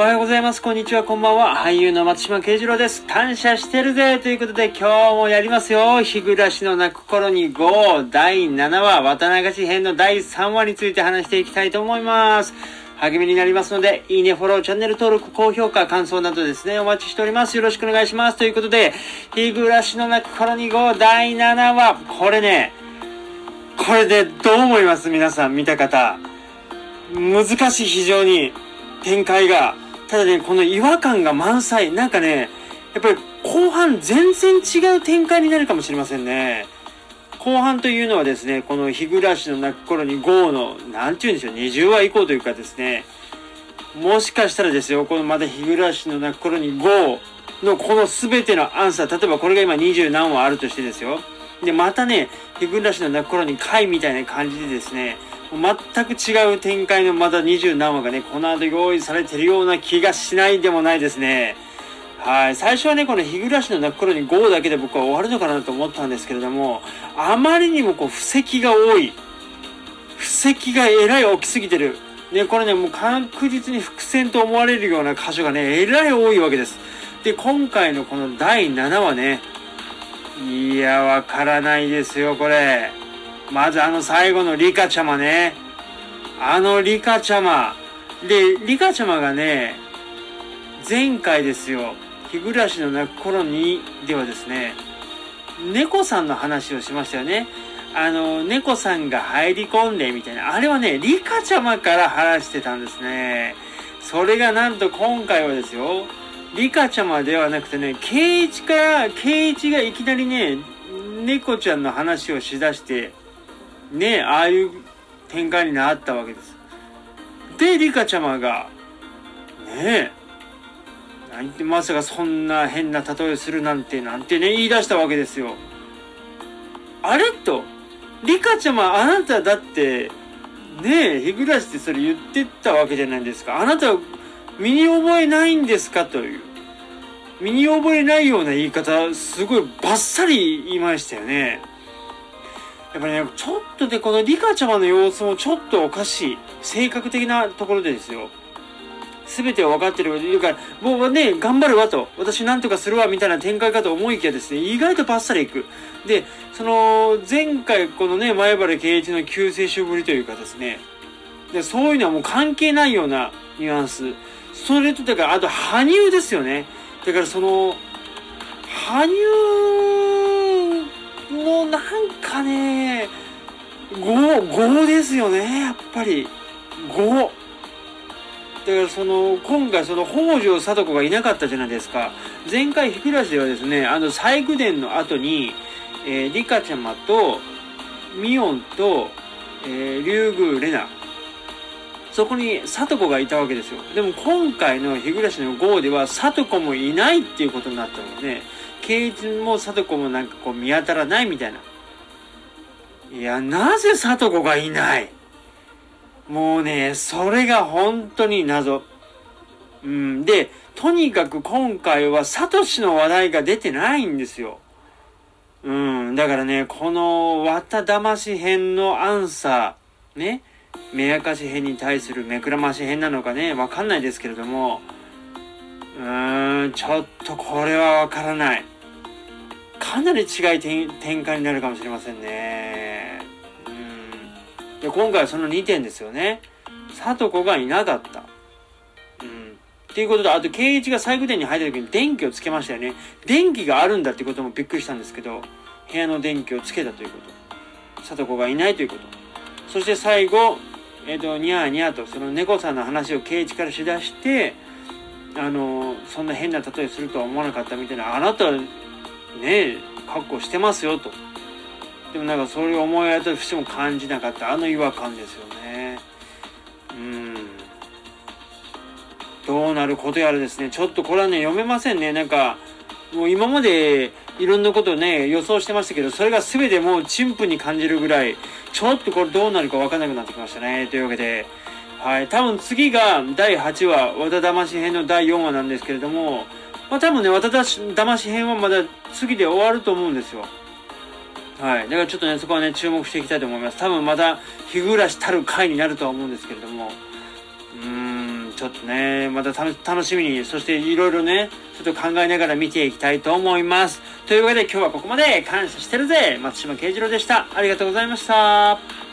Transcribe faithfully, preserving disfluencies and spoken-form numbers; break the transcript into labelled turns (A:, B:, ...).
A: おはようございます。こんにちは。こんばんは。俳優の松島慶次郎です。感謝してるぜということで今日もやりますよ。日暮らしの泣く頃にごだいななわ渡流し編のだいさんわについて話していきたいと思います。励みになりますので、いいね、フォロー、チャンネル登録、高評価、感想などですね、お待ちしております。よろしくお願いします。ということで、日暮らしの泣く頃にごだいななわ。これね、これでどう思います？皆さん見た方。難しい、非常に展開が。ただね、この違和感が満載。なんかね、やっぱり後半全然違う展開になるかもしれませんね。後半というのはですね、この日暮らしの泣く頃にごの、なんて言うんでしょう、にじゅうわ以降というかですね、もしかしたらですよ、このまた日暮らしの泣く頃にごのこの全てのアンサー、例えばこれが今にじゅうなんわあるとしてですよ。で、またね、日暮らしの泣く頃に回みたいな感じでですね、全く違う展開のまだにじゅうなんわがね、この後用意されてるような気がしないでもないですね。はい。最初はね、この日暮らしの泣く頃にごだけで僕は終わるのかなと思ったんですけれども、あまりにもこう、布石が多い。布石がえらい大きすぎてる。ね、これね、もう確実に伏線と思われるような箇所がね、えらい多いわけです。で、今回のこのだいななわね、いや、わからないですよ、これ。まずあの最後のリカちゃまね。あのリカちゃま。で、リカちゃまがね、前回ですよ、日暮らしの泣く頃にではですね、猫さんの話をしましたよね。あの、猫さんが入り込んでみたいな。あれはね、リカちゃまから話してたんですね。それがなんと今回はですよ、リカちゃまではなくてね、ケイイチから、ケイイチがいきなりね、猫ちゃんの話をしだして、ね、ああいう展開になったわけです。で、リカちゃまが、ねえ、なんてまさかそんな変な例えするなんて、なんてね、言い出したわけですよ。あれと、リカちゃま、あなただって、ねえ、日暮らしってそれ言ってったわけじゃないですか。あなた、身に覚えないんですかという。身に覚えないような言い方、すごいバッサリ言いましたよね。やっぱりね、ちょっとで、このリカちゃまの様子もちょっとおかしい。性格的なところでですよ。すべてを分かってる言うから、もうね、頑張るわと。私なんとかするわ、みたいな展開かと思いきやですね、意外とバッサリいく。で、その、前回このね、前原圭一の救世主ぶりというかですね、で、そういうのはもう関係ないようなニュアンス。それと、だから、あと、羽生ですよね。だからその、羽生のなんかね、ご、ごですよね、やっぱり。ご。だからその、今回その北条貞子がいなかったじゃないですか。前回日暮らしではですね、あの、西宮殿の後に、えー、リカちゃまと、ミオンと、えー、竜宮レナ。そこに貞子がいたわけですよ。でも今回の日暮らしのごでは貞子もいないっていうことになったので、圭一も貞子もなんかこう見当たらないみたいな。いや、なぜ貞子がいない？もうね、それが本当に謎。うん。で、とにかく今回はサトシの話題が出てないんですよ。うん。だからね、この綿騙し編のアンサー、ね。目明かし編に対する目くらまし編なのかね、わかんないですけれども、うーん、ちょっとこれはわからない。かなり違い展開になるかもしれませんね。うん。で、今回はそのにてんですよね。貞子がいなかった。うん。っていうことで、あと、圭一が西宮殿に入った時に電気をつけましたよね。電気があるんだってこともびっくりしたんですけど、部屋の電気をつけたということ。貞子がいないということ。そして最後、えっと、にゃーにゃーと、その猫さんの話を圭一からしだして、あの、そんな変な例えするとは思わなかったみたいな、あなた、ねえ、格好してますよと。でもなんかそれを思い当たる節も感じなかった、あの違和感ですよね。うん。どうなることやらですね、ちょっとこれはね、読めませんね。なんか、もう今までいろんなことをね、予想してましたけど、それが全てもう陳腐に感じるぐらい、ちょっとこれどうなるか分からなくなってきましたね。というわけで、はい、多分次がだいはちわ、綿騙し編のだいよんわなんですけれども、まあ多分ね、綿騙し編はまだ次で終わると思うんですよ。はい。だからちょっとね、そこはね、注目していきたいと思います。多分また、日暮らしたる回になるとは思うんですけれども、うーん、 ちょっとね、またた楽しみに、そしていろいろね、ちょっと考えながら見ていきたいと思います。というわけで今日はここまで。感謝してるぜ。松島慶次郎でした。ありがとうございました。